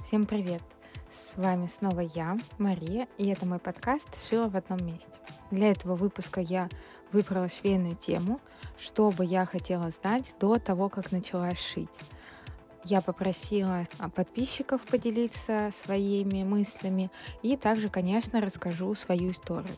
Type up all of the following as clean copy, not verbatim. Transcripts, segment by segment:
Всем привет! С вами снова я, Мария, и это мой подкаст «Шила в одном месте». Для этого выпуска я выбрала швейную тему, что бы я хотела знать до того, как начала шить. Я попросила подписчиков поделиться своими мыслями и также, конечно, расскажу свою историю.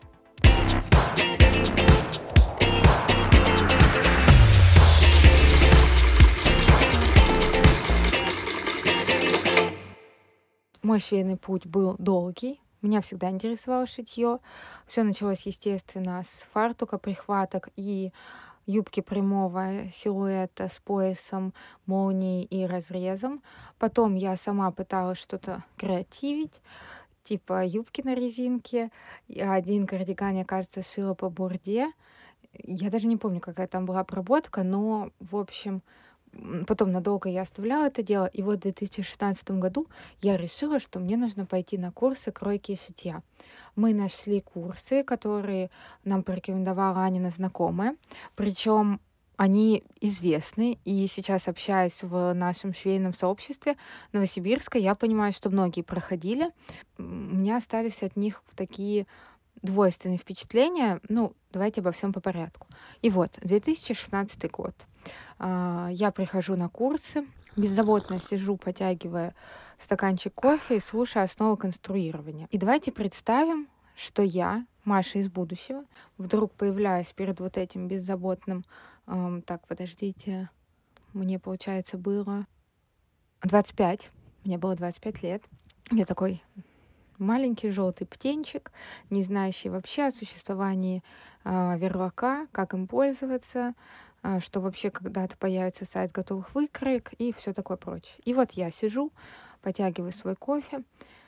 Мой швейный путь был долгий. Меня всегда интересовало шитье. Все началось, естественно, с фартука, прихваток и юбки прямого силуэта с поясом, молнией и разрезом. Потом я сама пыталась что-то креативить, типа юбки на резинке. Один кардиган, я, кажется, шила по бурде. Я даже не помню, какая там была обработка, но, в общем, потом надолго я оставляла это дело, и вот в 2016 году я решила, что мне нужно пойти на курсы кройки и шитья. Мы нашли курсы, которые нам порекомендовала Анина знакомая, причем они известны, и сейчас, общаясь в нашем швейном сообществе Новосибирска, я понимаю, что многие проходили. У меня остались от них такие двойственные впечатления. Давайте обо всем по порядку. И вот, 2016 год. Я прихожу на курсы, беззаботно сижу, потягивая стаканчик кофе и слушаю основы конструирования. И давайте представим, что я, Маша из будущего, вдруг появляюсь перед вот этим беззаботным... подождите, мне, получается, было 25. Мне было 25 лет. Я такой маленький желтый птенчик, не знающий вообще о существовании верлака, как им пользоваться, что вообще когда-то появится сайт готовых выкроек и все такое прочее. И вот я сижу, потягиваю свой кофе.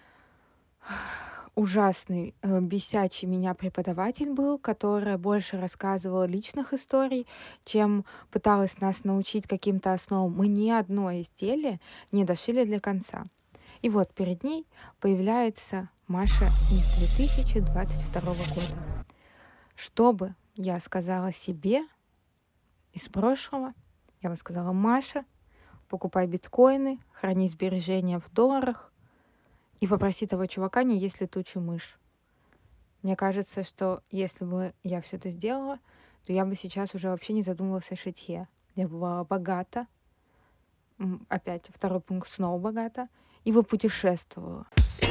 Ужасный, бесячий меня преподаватель был, которая больше рассказывала личных историй, чем пыталась нас научить каким-то основам. Мы ни одно изделие не дошили до конца. И вот перед ней появляется Маша из 2022 года. Что бы я сказала себе из прошлого, я бы сказала: Маша, покупай биткоины, храни сбережения в долларах и попроси того чувака не есть летучую мышь. Мне кажется, что если бы я все это сделала, то я бы сейчас уже вообще не задумывалась о шитье. Я бы была богата. Опять второй пункт, снова богата. И бы путешествовала.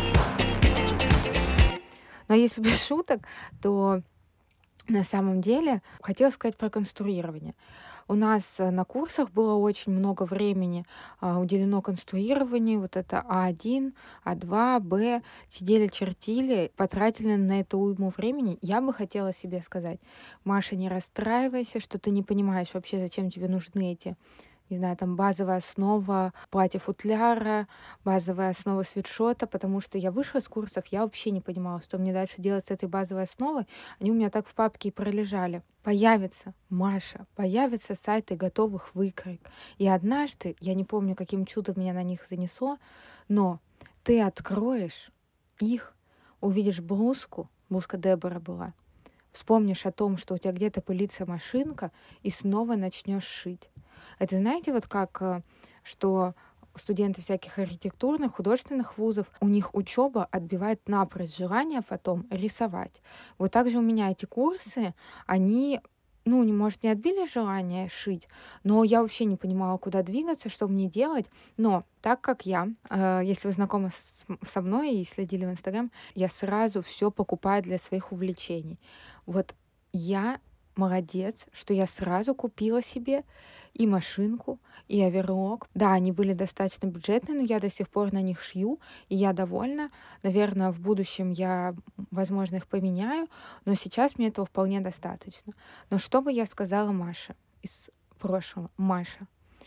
Но если без шуток, то на самом деле хотела сказать про конструирование. У нас на курсах было очень много времени уделено конструированию. Вот это А1, А2, Б. Сидели, чертили, потратили на это уйму времени. Я бы хотела себе сказать: Маша, не расстраивайся, что ты не понимаешь вообще, зачем тебе нужны эти, не знаю, там базовая основа платья-футляра, базовая основа свитшота, потому что я вышла с курсов, я вообще не понимала, что мне дальше делать с этой базовой основой. Они у меня так в папке и пролежали. Появится, Маша, появятся сайты готовых выкроек. И однажды, я не помню, каким чудом меня на них занесло, но ты откроешь их, увидишь блузка Дебора была, вспомнишь о том, что у тебя где-то пылится машинка, и снова начнешь шить. Это, знаете, вот как, что студенты всяких архитектурных, художественных вузов, у них учеба отбивает напрочь желание потом рисовать. Вот так же у меня эти курсы, они, может, не отбили желание шить, но я вообще не понимала, куда двигаться, что мне делать. Но так как я, если вы знакомы со мной и следили в Инстаграм, я сразу все покупаю для своих увлечений. Вот я молодец, что я сразу купила себе и машинку, и оверлок. Да, они были достаточно бюджетные, но я до сих пор на них шью, и я довольна. Наверное, в будущем я, возможно, их поменяю, но сейчас мне этого вполне достаточно. Но что бы я сказала Маше из прошлого? Маша,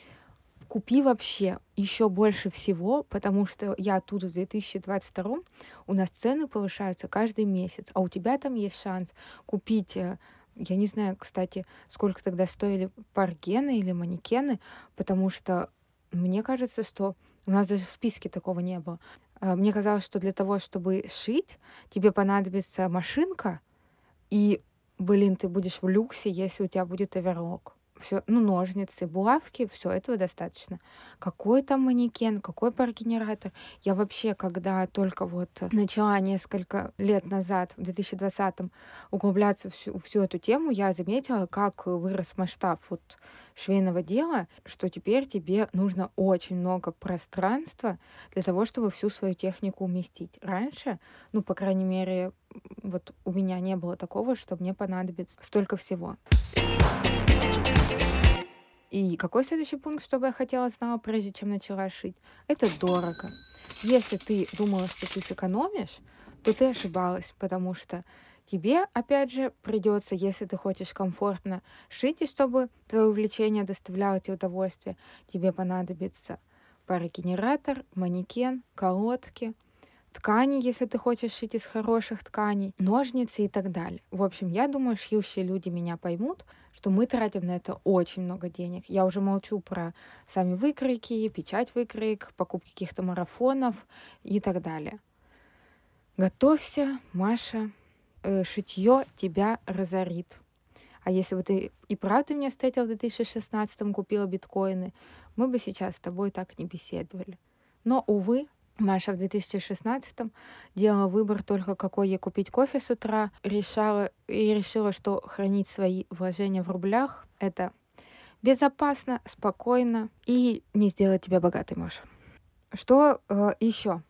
купи вообще еще больше всего, потому что я оттуда в 2022 у нас цены повышаются каждый месяц, а у тебя там есть шанс купить. Я не знаю, кстати, сколько тогда стоили паргены или манекены, потому что мне кажется, что у нас даже в списке такого не было. Мне казалось, что для того, чтобы шить, тебе понадобится машинка, и, ты будешь в люксе, если у тебя будет оверлок. все, ну, ножницы, булавки, все этого достаточно. Какой там манекен, какой парогенератор? Я вообще, когда только вот начала несколько лет назад, в 2020-м, углубляться в всю эту тему, я заметила, как вырос масштаб вот швейного дела, что теперь тебе нужно очень много пространства для того, чтобы всю свою технику уместить. Раньше, ну, по крайней мере, вот у меня не было такого, что мне понадобится столько всего. И какой следующий пункт, чтобы я хотела знала, прежде чем начала шить? Это дорого. Если ты думала, что ты сэкономишь, то ты ошибалась, потому что тебе, опять же, придется, если ты хочешь комфортно шить, и чтобы твое увлечение доставляло тебе удовольствие, тебе понадобится парогенератор, манекен, колодки, ткани, если ты хочешь шить из хороших тканей, ножницы и так далее. В общем, я думаю, шьющие люди меня поймут, что мы тратим на это очень много денег. Я уже молчу про сами выкройки, печать выкроек, покупки каких-то марафонов и так далее. Готовься, Маша, шитье тебя разорит. А если бы ты и правда меня встретила в 2016-м, купила биткоины, мы бы сейчас с тобой так не беседовали. Но, увы, Маша в 2016-м делала выбор только, какой ей купить кофе с утра, решила, что хранить свои вложения в рублях — это безопасно, спокойно и не сделать тебя богатой, Маша. Что еще?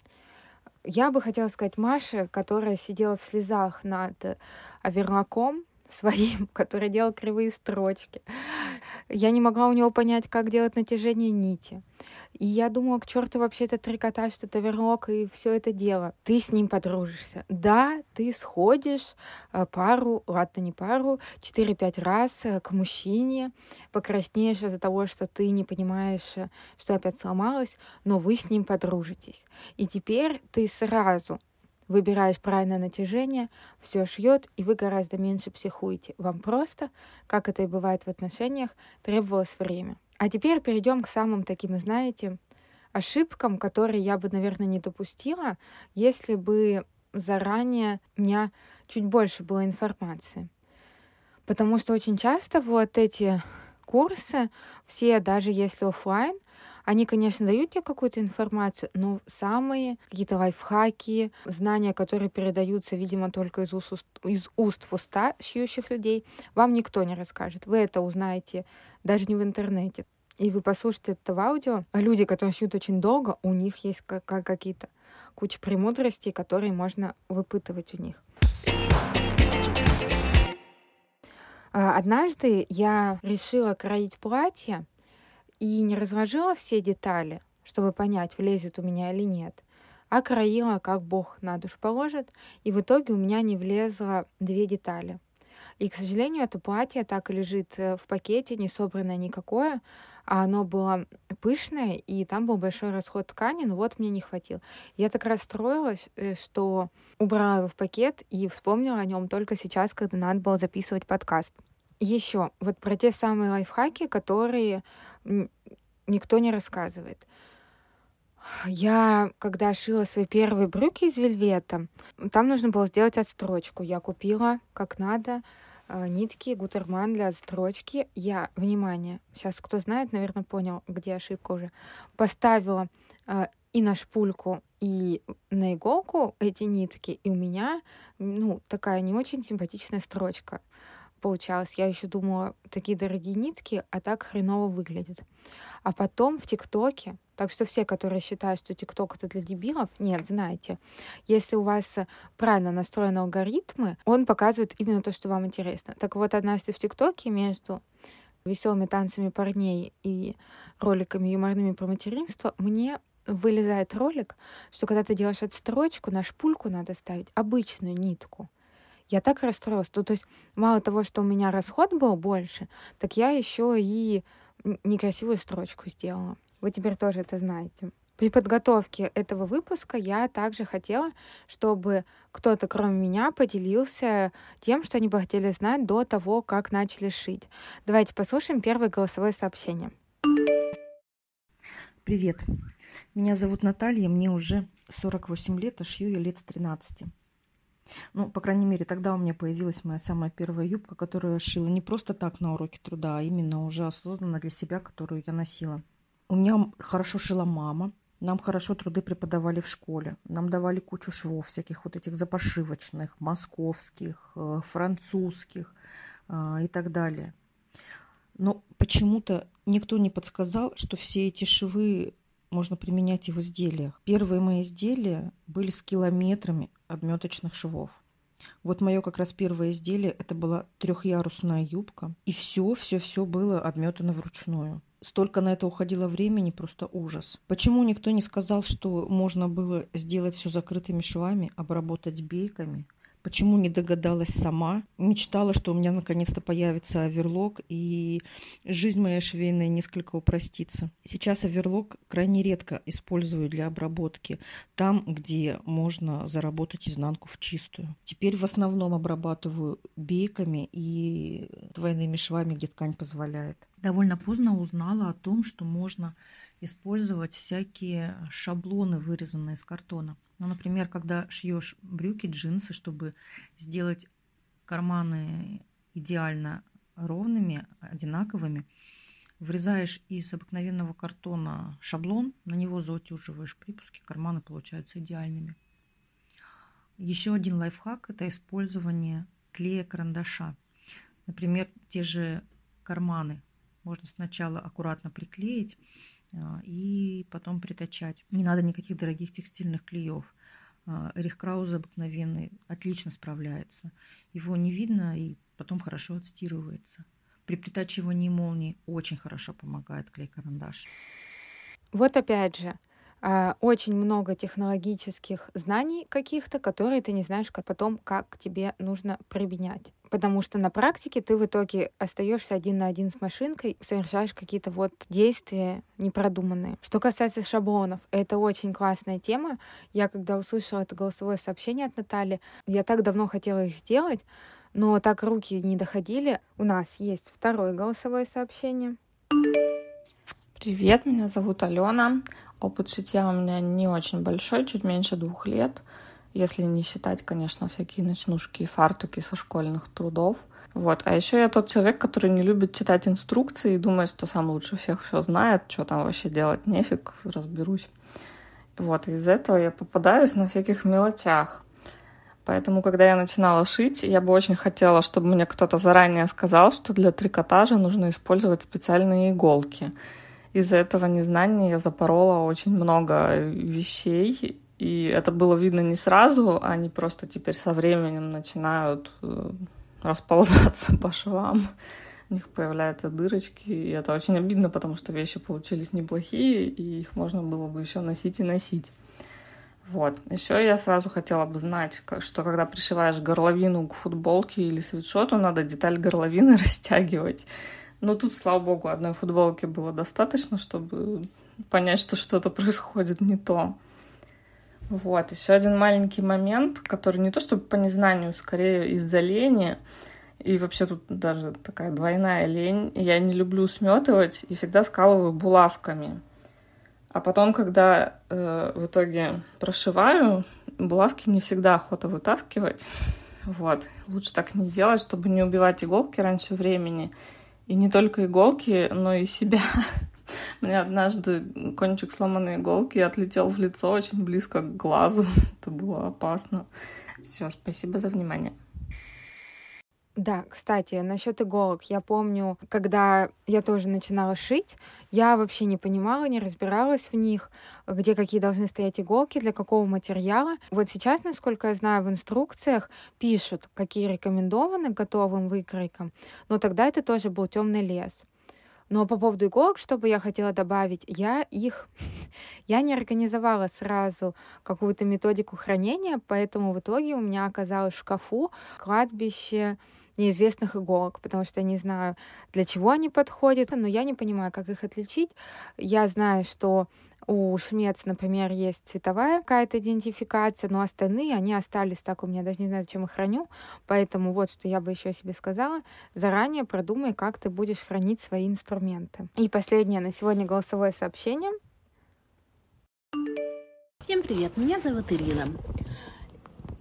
Я бы хотела сказать Маше, которая сидела в слезах над оверлоком своим, который делал кривые строчки. Я не могла у него понять, как делать натяжение нити. И я думала, к черту вообще это трикотаж, что это оверлок и все это дело. Ты с ним подружишься. Да, ты сходишь пару, ладно, не пару, 4-5 раз к мужчине, покраснеешь из-за того, что ты не понимаешь, что опять сломалось, но вы с ним подружитесь. И теперь ты сразу выбираешь правильное натяжение, все шьет, и вы гораздо меньше психуете. Вам просто, как это и бывает в отношениях, требовалось время. А теперь перейдем к самым таким, знаете, ошибкам, которые я бы, наверное, не допустила, если бы заранее у меня чуть больше было информации. Потому что очень часто вот эти курсы, все, даже если оффлайн, они, конечно, дают тебе какую-то информацию, но самые какие-то лайфхаки, знания, которые передаются, видимо, только из уст в уста шьющих людей, вам никто не расскажет. Вы это узнаете даже не в интернете. И вы послушаете это в аудио. А люди, которые шьют очень долго, у них есть какие-то куча премудростей, которые можно выпытывать у них. Однажды я решила кроить платье и не разложила все детали, чтобы понять, влезет у меня или нет, а кроила, как Бог на душу положит, и в итоге у меня не влезло 2 детали. И, к сожалению, это платье так и лежит в пакете, не собранное никакое, а оно было пышное, и там был большой расход ткани, но вот мне не хватило. Я так расстроилась, что убрала его в пакет и вспомнила о нем только сейчас, когда надо было записывать подкаст. Еще вот про те самые лайфхаки, которые никто не рассказывает. Я, когда шила свои первые брюки из вельвета, там нужно было сделать отстрочку. Я купила, как надо, нитки Гутерман для отстрочки. Я, внимание, сейчас кто знает, наверное, понял, где ошибка уже, поставила и на шпульку, и на иголку эти нитки, и у меня, ну, такая не очень симпатичная строчка получалась. Я еще думала, такие дорогие нитки, а так хреново выглядит. А потом в ТикТоке, так что все, которые считают, что ТикТок это для дебилов, нет, знаете, если у вас правильно настроены алгоритмы, он показывает именно то, что вам интересно. Так вот, однажды в ТикТоке между веселыми танцами парней и роликами юморными про материнство мне вылезает ролик, что когда ты делаешь отстрочку, на шпульку надо ставить обычную нитку. Я так расстроилась. То есть мало того, что у меня расход был больше, так я еще и некрасивую строчку сделала. Вы теперь тоже это знаете. При подготовке этого выпуска я также хотела, чтобы кто-то, кроме меня, поделился тем, что они бы хотели знать до того, как начали шить. Давайте послушаем первое голосовое сообщение. Привет, меня зовут Наталья, мне уже 48 лет, а шью я лет с 13. Ну, по крайней мере, тогда у меня появилась моя самая первая юбка, которую я шила не просто так на уроке труда, а именно уже осознанно для себя, которую я носила. У меня хорошо шила мама. Нам хорошо труды преподавали в школе. Нам давали кучу швов, всяких вот этих запошивочных, московских, французских и так далее. Но почему-то никто не подсказал, что все эти швы можно применять и в изделиях. Первые мои изделия были с километрами обметочных швов. Вот мое как раз первое изделие, это была трехъярусная юбка. И все было обметано вручную. Столько на это уходило времени, просто ужас. Почему никто не сказал, что можно было сделать все закрытыми швами, обработать бейками? Почему не догадалась сама? Мечтала, что у меня наконец-то появится оверлок, и жизнь моя швейная несколько упростится. Сейчас оверлок крайне редко использую для обработки, там, где можно заработать изнанку в чистую. Теперь в основном обрабатываю бейками и двойными швами, где ткань позволяет. Довольно поздно узнала о том, что можно использовать всякие шаблоны, вырезанные из картона. Ну, например, когда шьешь брюки, джинсы, чтобы сделать карманы идеально ровными, одинаковыми, вырезаешь из обыкновенного картона шаблон, на него заутюживаешь припуски, карманы получаются идеальными. Еще один лайфхак – это использование клея-карандаша. Например, те же карманы можно сначала аккуратно приклеить и потом притачать. Не надо никаких дорогих текстильных клеев. Эрих Краузе обыкновенный отлично справляется. Его не видно и потом хорошо отстирывается. При притачивании молнии очень хорошо помогает клей-карандаш. Вот опять же, очень много технологических знаний каких-то, которые ты не знаешь потом, как тебе нужно применять. Потому что на практике ты в итоге остаешься один на один с машинкой, совершаешь какие-то вот действия непродуманные. Что касается шаблонов, это очень классная тема. Я когда услышала это голосовое сообщение от Натальи, я так давно хотела их сделать, но так руки не доходили. У нас есть второе голосовое сообщение. Привет, меня зовут Алена. Опыт шитья у меня не очень большой, чуть меньше 2 лет, если не считать, конечно, всякие ночнушки и фартуки со школьных трудов. Вот. А еще я тот человек, который не любит читать инструкции и думает, что сам лучше всех все знает, что там вообще делать нефиг, разберусь. Вот. Из-за этого я попадаюсь на всяких мелочах. Поэтому, когда я начинала шить, я бы очень хотела, чтобы мне кто-то заранее сказал, что для трикотажа нужно использовать специальные иголки. Из-за этого незнания я запорола очень много вещей, и это было видно не сразу, они просто теперь со временем начинают расползаться по швам. У них появляются дырочки, и это очень обидно, потому что вещи получились неплохие, и их можно было бы еще носить и носить. Вот. Еще я сразу хотела бы знать, что когда пришиваешь горловину к футболке или свитшоту, надо деталь горловины растягивать. Но тут, слава богу, одной футболки было достаточно, чтобы понять, что что-то происходит не то. Вот. Еще один маленький момент, который не то чтобы по незнанию, скорее из-за лени. И вообще тут даже такая двойная лень. Я не люблю сметывать и всегда скалываю булавками. А потом, когда в итоге прошиваю, булавки не всегда охота вытаскивать. Вот. Лучше так не делать, чтобы не убивать иголки раньше времени. И не только иголки, но и себя. Мне однажды кончик сломанной иголки отлетел в лицо очень близко к глазу. Это было опасно. Все, спасибо за внимание. Да, кстати, насчет иголок. Я помню, когда я тоже начинала шить, я вообще не понимала, не разбиралась в них, где какие должны стоять иголки, для какого материала. Вот сейчас, насколько я знаю, в инструкциях пишут, какие рекомендованы готовым выкройкам, но тогда это тоже был темный лес. Но по поводу иголок, что бы я хотела добавить, я не организовала сразу какую-то методику хранения, поэтому в итоге у меня оказалось в шкафу кладбище неизвестных иголок, потому что я не знаю, для чего они подходят, но я не понимаю, как их отличить. Я знаю, что у Шмец, например, есть цветовая какая-то идентификация, но остальные, они остались так у меня, даже не знаю, зачем их храню, поэтому вот что я бы еще себе сказала, заранее продумай, как ты будешь хранить свои инструменты. И последнее на сегодня голосовое сообщение. Всем привет, меня зовут Ирина.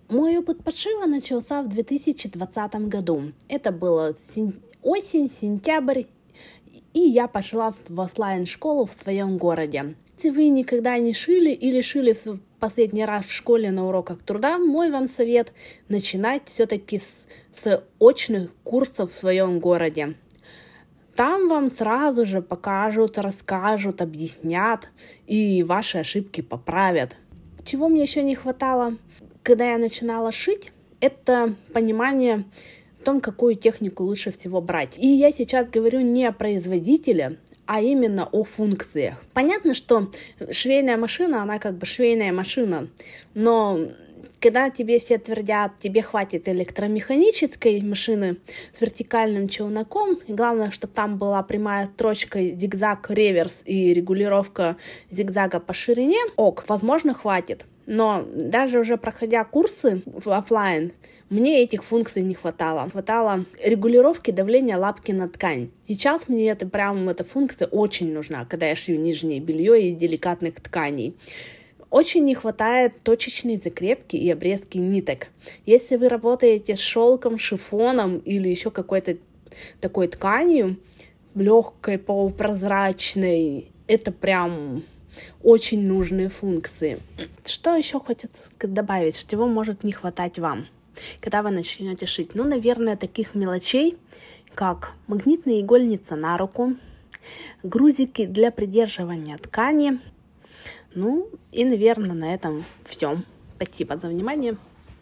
Мой опыт пошива начался в 2020 году. Это было осень, сентябрь, и я пошла в офлайн-школу в своем городе. Если вы никогда не шили или шили в последний раз в школе на уроках труда, мой вам совет – начинать все-таки с очных курсов в своем городе. Там вам сразу же покажут, расскажут, объяснят и ваши ошибки поправят. Чего мне еще не хватало, когда я начинала шить, это понимание о том, какую технику лучше всего брать. И я сейчас говорю не о производителе, а именно о функциях. Понятно, что швейная машина, она как бы швейная машина, но когда тебе все твердят, тебе хватит электромеханической машины с вертикальным челноком, и главное, чтобы там была прямая строчка, зигзаг, реверс и регулировка зигзага по ширине, возможно, хватит. Но даже уже проходя курсы в офлайн, мне этих функций не хватало. Хватало регулировки давления лапки на ткань. Сейчас мне эта функция очень нужна, когда я шью нижнее белье из деликатных тканей. Очень не хватает точечной закрепки и обрезки ниток. Если вы работаете с шелком, шифоном или еще какой-то такой тканью, легкой, полупрозрачной, это прям очень нужные функции. Что еще хочется добавить, чего может не хватать вам, когда вы начнете шить? Наверное, таких мелочей, как магнитная игольница на руку, грузики для придерживания ткани. И, наверное, на этом все. Спасибо за внимание.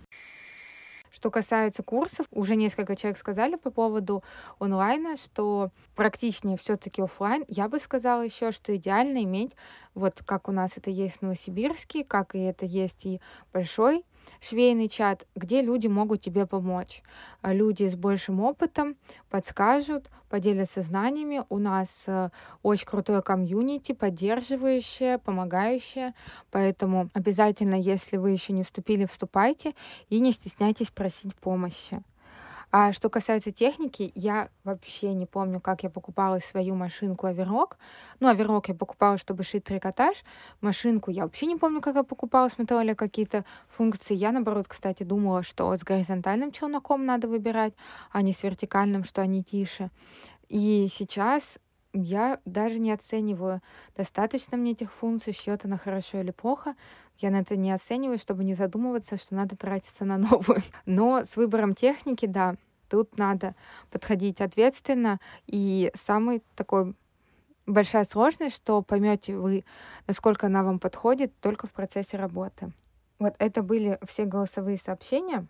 Что касается курсов, уже несколько человек сказали по поводу онлайна, что практичнее все-таки офлайн. Я бы сказала еще, что идеально иметь, вот как у нас это есть в Новосибирске, как и это есть и большой швейный чат, где люди могут тебе помочь. Люди с большим опытом подскажут, поделятся знаниями. У нас очень крутое комьюнити, поддерживающее, помогающее. Поэтому обязательно, если вы еще не вступили, вступайте и не стесняйтесь просить помощи. А что касается техники, я вообще не помню, как я покупала свою машинку Averrock. Averrock я покупала, чтобы шить трикотаж. Машинку я вообще не помню, как я покупала, смотрела ли какие-то функции. Я, наоборот, кстати, думала, что с горизонтальным челноком надо выбирать, а не с вертикальным, что они тише. И сейчас я даже не оцениваю, достаточно мне этих функций, шьет она хорошо или плохо. Я на это не оцениваю, чтобы не задумываться, что надо тратиться на новую. Но с выбором техники, да, тут надо подходить ответственно. И самый такой большая сложность, что поймете вы, насколько она вам подходит, только в процессе работы. Вот это были все голосовые сообщения.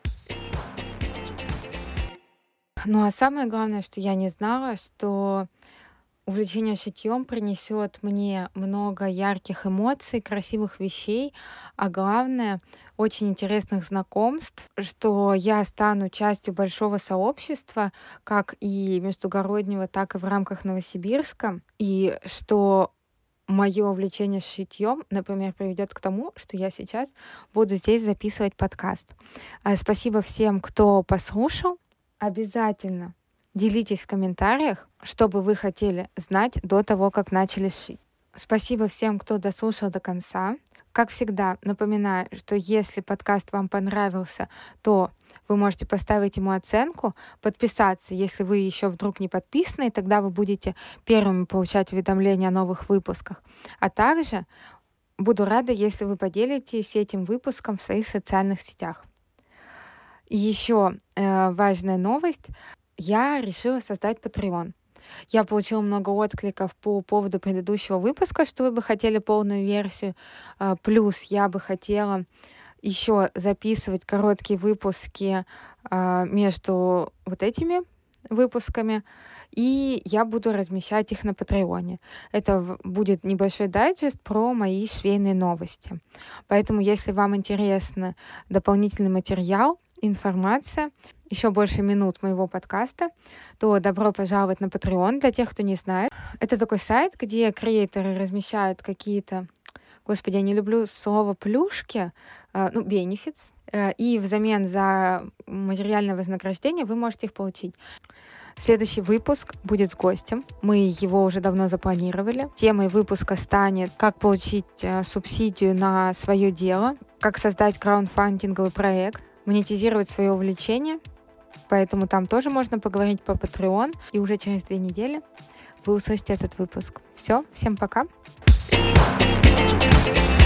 А самое главное, что я не знала, что увлечение шитьем принесет мне много ярких эмоций, красивых вещей, а главное, очень интересных знакомств, что я стану частью большого сообщества, как и междугороднего, так и в рамках Новосибирска, и что мое увлечение шитьем, например, приведет к тому, что я сейчас буду здесь записывать подкаст. Спасибо всем, кто послушал. Обязательно делитесь в комментариях, что бы вы хотели знать до того, как начали шить. Спасибо всем, кто дослушал до конца. Как всегда, напоминаю, что если подкаст вам понравился, то вы можете поставить ему оценку, подписаться, если вы еще вдруг не подписаны, и тогда вы будете первыми получать уведомления о новых выпусках. А также буду рада, если вы поделитесь этим выпуском в своих социальных сетях. И еще важная новость. Я решила создать Patreon. Я получила много откликов по поводу предыдущего выпуска, что вы бы хотели полную версию. Плюс я бы хотела еще записывать короткие выпуски между вот этими выпусками, и я буду размещать их на Патреоне. Это будет небольшой дайджест про мои швейные новости. Поэтому, если вам интересен дополнительный материал, информация, еще больше минут моего подкаста, то добро пожаловать на Patreon для тех, кто не знает. Это такой сайт, где креаторы размещают какие-то, господи, я не люблю слово плюшки, benefits, и взамен за материальное вознаграждение вы можете их получить. Следующий выпуск будет с гостем. Мы его уже давно запланировали. Темой выпуска станет «Как получить субсидию на свое дело», «Как создать краундфандинговый проект». монетизировать свое увлечение, поэтому там тоже можно поговорить по Patreon, и уже через 2 недели вы услышите этот выпуск. Все, всем пока!